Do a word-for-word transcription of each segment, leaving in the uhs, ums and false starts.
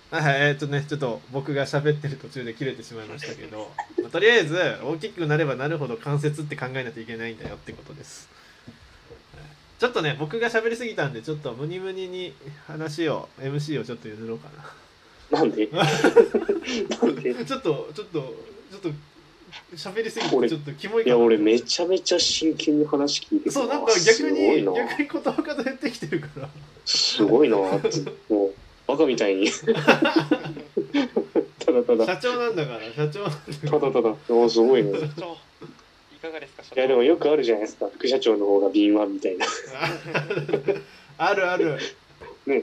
はいはい、えーっとね、ちょっと僕が喋ってる途中で切れてしまいましたけど、まあとりあえず大きくなればなるほど関節って考えないといけないんだよってことです。ちょっとね、僕が喋りすぎたんで、ちょっとムニムニに話を、エムシー をちょっと譲ろうかなんでな。 なんでちょっと、ちょっと、ちょっと、喋りすぎて俺ちょっとキモいいや、 かな。 俺めちゃめちゃ真剣に話聞いてて、 そう、なんかあす逆に、 ごいな。 逆にことわか減ってきてるから。 すごいなって、もう、バカみたいに。ただただ、 社長なんだから、社長なんだたから。 だただ、おすごいね。 社長いかがですか社長。 いや、でもよくあるじゃないですか。副社長の方が敏腕みたいな。 あるある。 ね。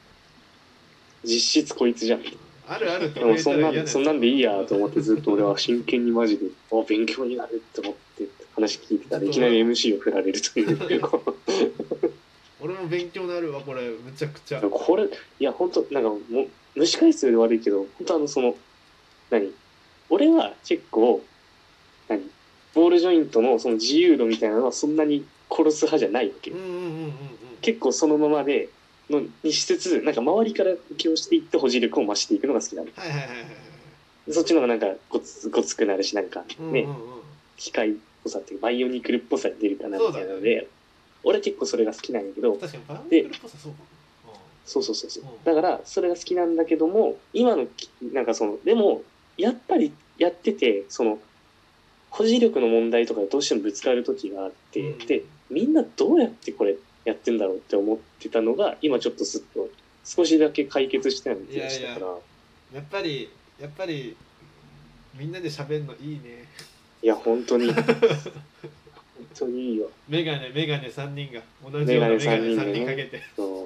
実質こいつじゃん。 あるあるとでもそんなん、 言えたら嫌なやつそんなんでいいやと思ってずっと俺は真剣にマジで、あ、勉強になるって思って話聞いてたらいきなり エムシー を振られるという。 俺も勉強になるわ、これ、むちゃくちゃ。 これ、いや、ほんと、なんかもう、蒸し返すより悪いけど、本当あの、その、何俺は結構、何ボールジョイントのその自由度みたいなのはそんなに殺す派じゃないわけよ。 うんうんうんうんうん。 結構そのままで、のにしつつ、なんか周りから補強していって保持力を増していくのが好きなの。 はいはいはいはいはい。 そっちの方がなんかごつ、ごつくなるし、なんかね、 うんうんうん、 機械っぽさっていうか、バイオニクルっぽさ出るかなみたいなのそうだで、俺結構それが好きなんやけど、 確かにバイオニクルっぽさそうかも。 そうそうそうそううん。 だから、それが好きなんだけども、今のき、なんかその、でも、やっぱりやってて、その、保持力の問題とかでどうしてもぶつかる時があって、 うんで、みんなどうやってこれやってんだろうって思ってたのが、今ちょっとすっと、少しだけ解決したような気がしたから。いやいややっぱり、やっぱり、みんなで喋るのいいね。 いや、本当に。本当にいいよ。 メガネ、メガネさんにんが、同じようなメガネさんにんかけて。 そう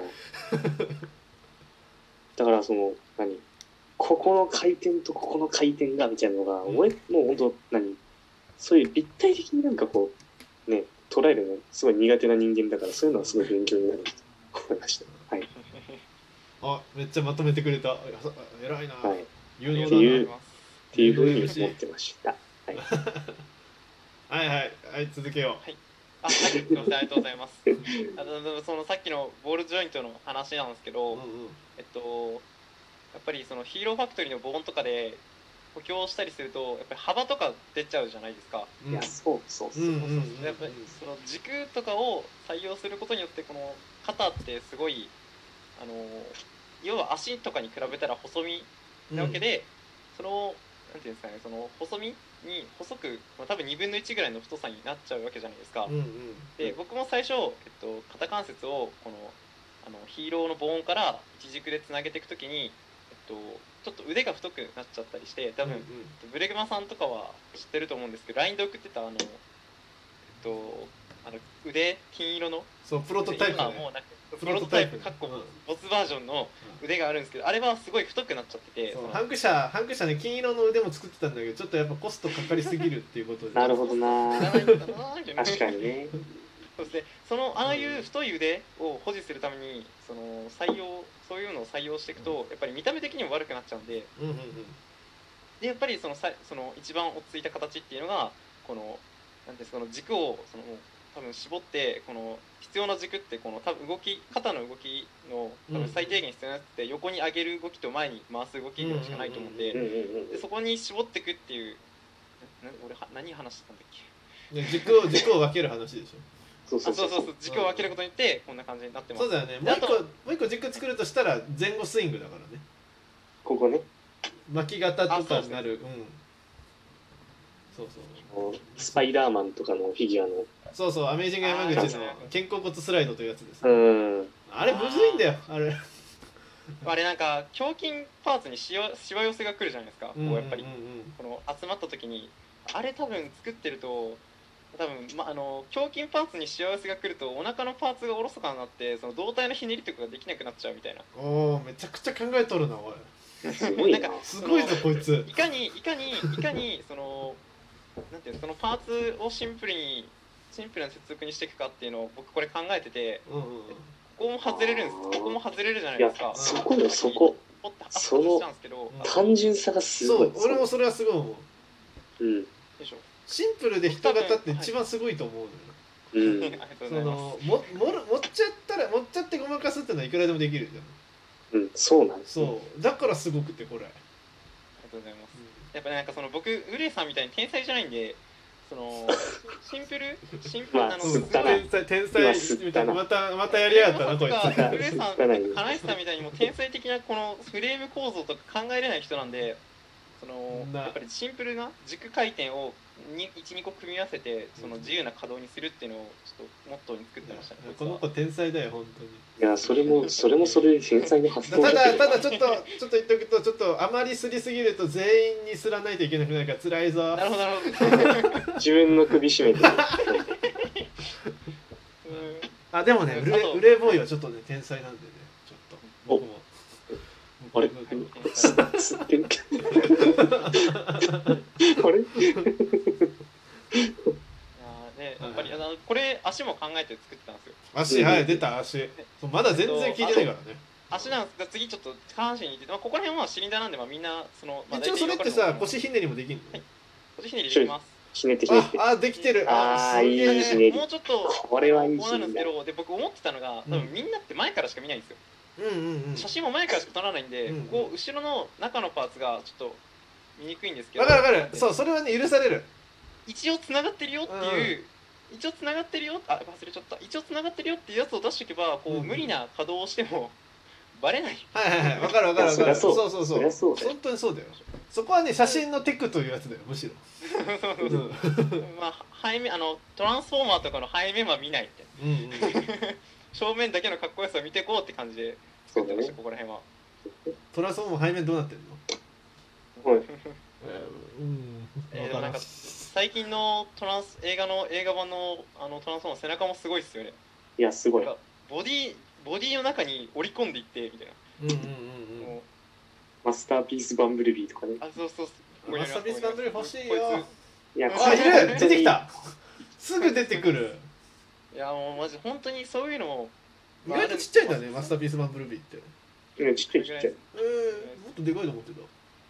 だからその、何ここの回転とここの回転がみたいなのが、うん、俺もう本当何そういう立体的になんかこうね捉えるのすごい苦手な人間だから、そういうのはすごい勉強になると思いました。はい。 あ、めっちゃまとめてくれた。偉いな。 はい。 有能だな。 っていうっていうふうに思ってました。はい。 はいはいはい、続けよう。 はい。あ、はい、すみません、ありがとうございます。あのそのさっきのボールジョイントの話なんですけど、うんうん、えっとやっぱりそのヒーローファクトリーのボーンとかで補強したりするとやっぱり幅とか出ちゃうじゃないですか。 いや、そうそうそうそう。 やっぱりその軸とかを採用することによってこの肩ってすごいあの要は足とかに比べたら細身なわけで、うん、そのなんていうんですかね、その細身に細く多分にぶんのいちぐらいの太さになっちゃうわけじゃないですか。うんうん、で僕も最初、えっと、肩関節をこのあのヒーローのボーンから一軸でつなげていくときに、えっと、ちょっと腕が太くなっちゃったりして多分、うんうん、ブレグマさんとかは知ってると思うんですけど ライン で送ってたあの、えっと、あの腕金色のそうプロトタイプ、ね、 今もうなんかプロトタイプかっこボツバージョンの腕があるんですけど、うん、あれはすごい太くなっちゃってて、 ハンク社ハンク社ね金色の腕も作ってたんだけどちょっとやっぱコストかかりすぎるっていうことでなるほどな確かにねそしてそのああいう太い腕を保持するためにその採用そういうのを採用していくとやっぱり見た目的にも悪くなっちゃうんで、うんうんうん、でやっぱりそのさその一番落ち着いた形っていうのがこのなんてその軸をその多分絞ってこの必要な軸ってこの多分動き肩の動きの多分最低限必要なやつって横に上げる動きと前に回す動きぐらいしかないと思うんで、でそこに絞っていくっていうな俺は何話してたんだっけ？ 軸を軸を分ける話でしょ。 そうそうそうそう軸を分けることによってこんな感じになってます。 そうだよね。もう一個もう一個軸作るとしたら前後スイングだからね。 ここね。 巻き型とかになる。うん。そうそう。スパイダーマンとかのフィギュアの。 そうそうアメージング山口の肩甲骨スライドというやつです、 ね。うん。 あれむずいんだよあれ。 あれなんか胸筋パーツにしわしわ寄せが来るじゃないですか。こうやっぱりこの集まった時にあれ多分作ってると。多分、ま、あの胸筋パーツにしわ寄せが来るとお腹のパーツがおろそかになってその胴体のひねりとかができなくなっちゃうみたいな。 おおめちゃくちゃ考えとるなおい。 すごいな。 なんかすごいぞこいつ。 いかにいかにいかにそのなんていうのそのパーツをシンプルにシンプルな接続にしていくかっていうのを僕これ考えてて、うんうん、ここも外れるんです。ここも外れるじゃないですか。 いやそこよそこ。その単純さがすごい。 そう俺もそれはすごい思う。うん。 でしょ。 シンプルで人型って一番すごいと思うのよ、はい、うん、そのもも持っちゃったら持っちゃってごまかすってのはいくらでもできるじゃん。 うん、そうなんですね。 そうだからすごくてこれ、 ありがとうございます。やっぱなんかその僕ウレイさんみたいに天才じゃないんで、そのシンプルシンプルまあなのうん、 吸ったな天才天今才吸ったなみたいなまたまたやりやがったなこいつウレイさん、金石さんみたいにもう天才的なこのフレーム構造とか考えれない人なんで、そのなやっぱりシンプルな軸回転をいち、にこ組み合わせてその自由な稼働にするっていうのをちょっとモットーに作ってましたね。 この子天才だよ本当に。 いや、それも、それもそれで天才の発想ただだけど。 ただちょっとちょっと言っておくとちょっとあまりすりすぎると全員にすらないといけなくなるから辛いぞ。 なるほどなるほど。 自分の首絞めて。 うんあでもねウレあとウレボーイはちょっとね天才なんでねちょっと僕もあれ僕も吸吸ってるけど。あれいやーね、やっぱりあのこれ足も考えて作ってたんですよ。 足はい出た足そうまだ全然聞いてないからね。 足なんですが次ちょっと下半身に行って、まあ、ここら辺はシリンダーなんで、まあ、みんなその、まあ、 一応それって大体さ分かると思うんです腰ひねりもできんの？ はい腰ひねりできます。 ひねってひねって。 ああできてる。 あーすげえいいひねりもうちょっとこれはいいこうなるんですけど、で僕思ってたのが多うん分みんなって前からしか見ないんですよ。 うんうんうん。 写真も前からしか撮らないんで、 うんここ後ろの中のパーツがちょっと見にくいんですけど、 わかるわかる。そうそれはね許される。 一応つながってるよっていう、一応つながってるよあ忘れちゃった一応つながってるよっていうやつを出しておけばこう、 うん無理な稼働をしてもバレない。 はいはいはいわかるわかるわかる。 いやそりゃそうそうそうそりゃそうだよ本当にそうだよ。そこはね写真のテクというやつだよむしろ。うんまあ背面あのトランスフォーマーとかの背面は見ないってうんうん。 正面だけのかっこよさを見ていこうって感じで作ってました、 そうだねここら辺は。 トランスフォーム背面どうなってんの？ はい。 うんえーでもなんかわからん。 最近のトランス映画の映画版のあのトランスフォーマー背中もすごいっすよね。 いや、すごい。 なんかボディボディの中に織り込んでいってみたいな。 うんうんうんうん。 もうマスターピースバンブルビーとかね。 あそうそうそう。 マスターピースバンドル欲しいよ。 こいや、 あいる出てきた。すぐ出てくる。 いついやもうマジ本当にそういうのを意外とちっちゃいんだねマスターピースバンブルビーって。 うん、ちっちゃいちっちゃい。 えー、もっとでかいと思って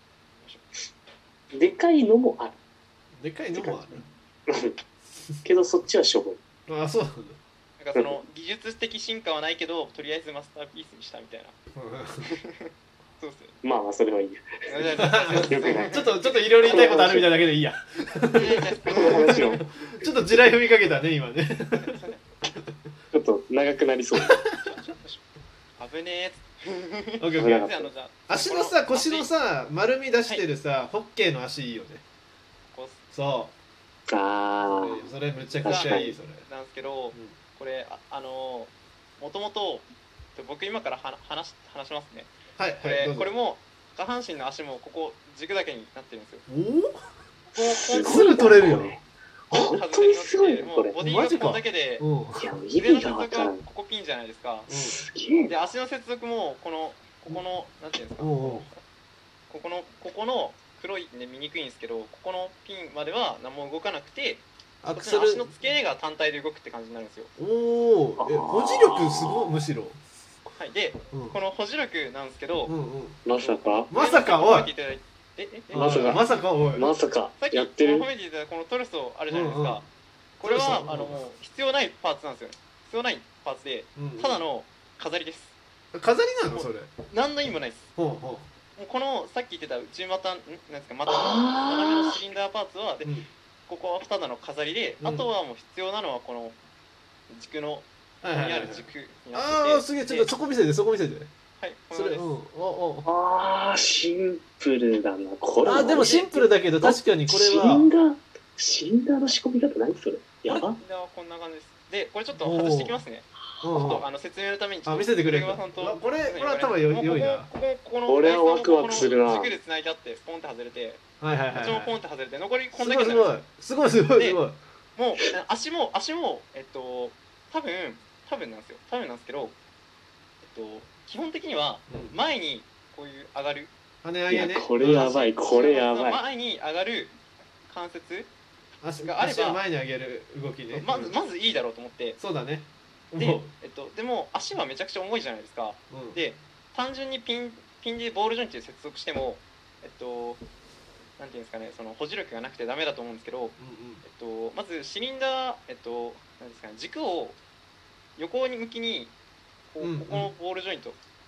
た。 でかいのもあでかいのもある。けど、そっちはしょぼい。 る。あそうなんだ。 なんかその技術的進化はないけどとりあえずマスターピースにしたみたいな。そうっすよ。 まあまあ、それはいいよ。よくない。 ちょっとちょっといろいろ言いたいことあるみたいだけでいいや。 この話を、 ちょっと地雷踏みかけたね今ね。 ちょっと長くなりそう。 危ねえ。 オッケーオッケ危なかー。 ったあのじゃあ足のさ腰のさ丸み出してるさ、ホッケーの足いいよね。 こうそあう。それめちゃくちゃいいそれ。 なんですけど、 うんこれああのもともと僕今からは話し話しますね。 はいこれ、 はいどうぞ。 これも下半身の足もここ軸だけになってるんですよ。 おお。 ここすすぐ取れるよ。 本当にすごいね、これ。 もうボディがここだけで、 うん。 いや、意腕の接味がわ続からん。 はここピンじゃないですか。 すげえ。 で足の接続もこのここのなんていうんですか、 うんうんここのここの黒いんで見にくいんですけど、ここのピンまでは何も動かなくて、 アクセこっちの足のル。 付け根が単体で動くって感じになるんですよ。 おお。え保持力すごいむしろ。 はい、でうん。 この保持力なんですけど、 うんうん。 まさかまさかおい。 ええええまさかまさかおい。 まさかさっきやってるこの褒めていただいたこのトルソーあるじゃないですか、 うんうんこれはトルソーあのもう必要ないパーツなんですよね。必要ないパーツでうんただの飾りです。 飾りなのそれ。 何の意味もないです。 ほうほもうこのさっき言ってた内股んなんですか股のあー斜めのシリンダーパーツはでう。うん。 ここはただの飾りで、 うんあとはもう必要なのはこの軸のここにはいはいはいある軸になあってて、 あすげえちょっとそこ見せてそこ見せて。 はいこそれれです。 うんおお。 あー、シンプルだな。これあでもシンプルだけど確かにこれシは。 ンダー、シンダーの仕込み方何それやばシリンダーはこんな感じです。でこれちょっと外していきますね。 うんうんちょっとあの説明のためにちょっとあ見せてくれるか竹山さんとうわこれこれ頭よもう良いなこここここのこれはワクワクするなこの軸で繋いであってスポンって外れて、 はいはいはいこっちもポンはって外れて残りい。 こすごいんだけじゃないですごいすごいすごいすごい。 もうあ足も足もえっと多分多分なんですよ多分なんですけど、えっと基本的にはうん前にこういう上がるいや、 羽上げね。 これやばい、これやばい。 前に上がる関節足があれば足を前に上げる動きね。 まずまずいいだろうと思って、 そうだね。 でもうえっとでも足はめちゃくちゃ重いじゃないですか。 うんで単純にピンピンでボールジョイントで接続してもえっとなんていうんですかね、その保持力がなくてダメだと思うんですけど、 うんうんえっとまずシリンダーえっとなんですかね、軸を横に向きにこう、 うんうんここのボールジョイント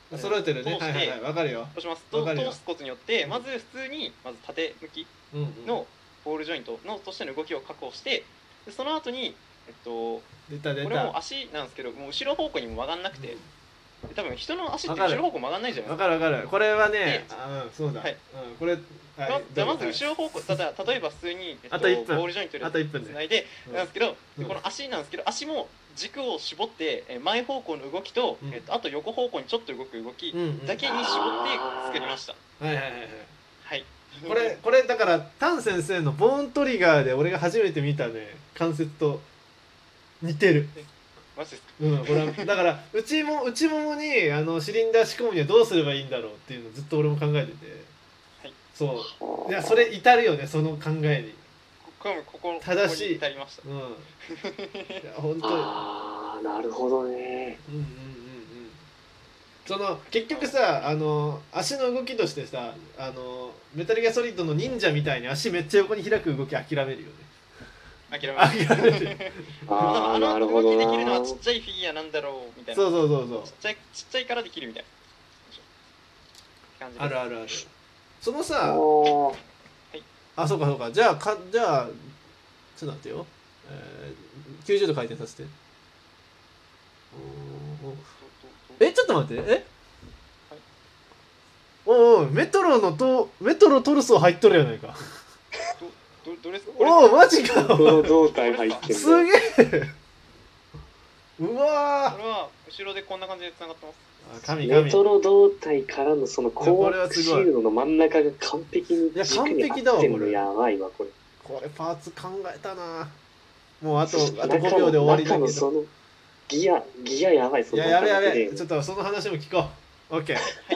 揃えてるね。 通してはいはいはい。わかるよ。 そうしますとわかるよ通すことによってまず普通にまず縦向きうんうん。 のボールジョイントのとしての動きを確保してでその後にえっと出た出これもた。 足なんですけどもう後ろ方向にも曲がんなくてで多分人の足ってわかる後ろ方向曲がんないじゃないわですか。 かるわかる。これはねで、 あうんそうだ。 はいうんこれはいまじゃあまずはい後ろ方向ただ例えば普通に、えっと、 あといっぷんボールジョイントであといっぷんでつないでうんなんですけど、 うんでこの足なんですけど足も軸を絞ってえ前方向の動きと、 うんえっと、あと横方向にちょっと動く動きうんうんだけに絞って作りました。 はいはいはいはい。 はい。 これこれだからタン先生のボーントリガーで俺が初めて見たね関節と似てる。 マジですか。 うん、これはだから内も内ももにあのシリンダー仕込むにはどうすればいいんだろうっていうのをずっと俺も考えてて、 はい、 そういやそれ至るよねその考えに。 ここここ正しいここに至りました。 うん。いや本当。 ああ、なるほどね。 うんうんうんうん。その結局さあの足の動きとしてさあのメタルギアソリッドの忍者みたいに足めっちゃ横に開く動き諦めるよね。 諦めます。 諦める。 ああ、 あなるの動きでほどな。 きるのはちっちゃいフィギュアなんだろうみたいな。 そうそうそうそうちっちゃいちっちゃいからできるみたいな感じです。 あるあるある。そのあさーあそうかそうかじゃあかじゃあちょっと待ってよ、えー、きゅうじゅうど回転させて。おーえちょっと待ってえ、 はい、 おうおうメトロのとメトロトルソー入っとるやないか。 どどどれですか。 おおマジか。 この胴体入ってるすげえ。うわこれは後ろでこんな感じで繋がってます。 ー神神。 メトロ胴体からのそのコこれークシはすごいールドの真ん中が完璧にいや軸に完璧だわ合ってんのこれやばいわ、これ。 これパーツ考えたな。もうあとあとごびょうで終わりだけど。 中のそのギア、ギアやばい、そのいややべやべでちょっとその話も聞こう。オッケー。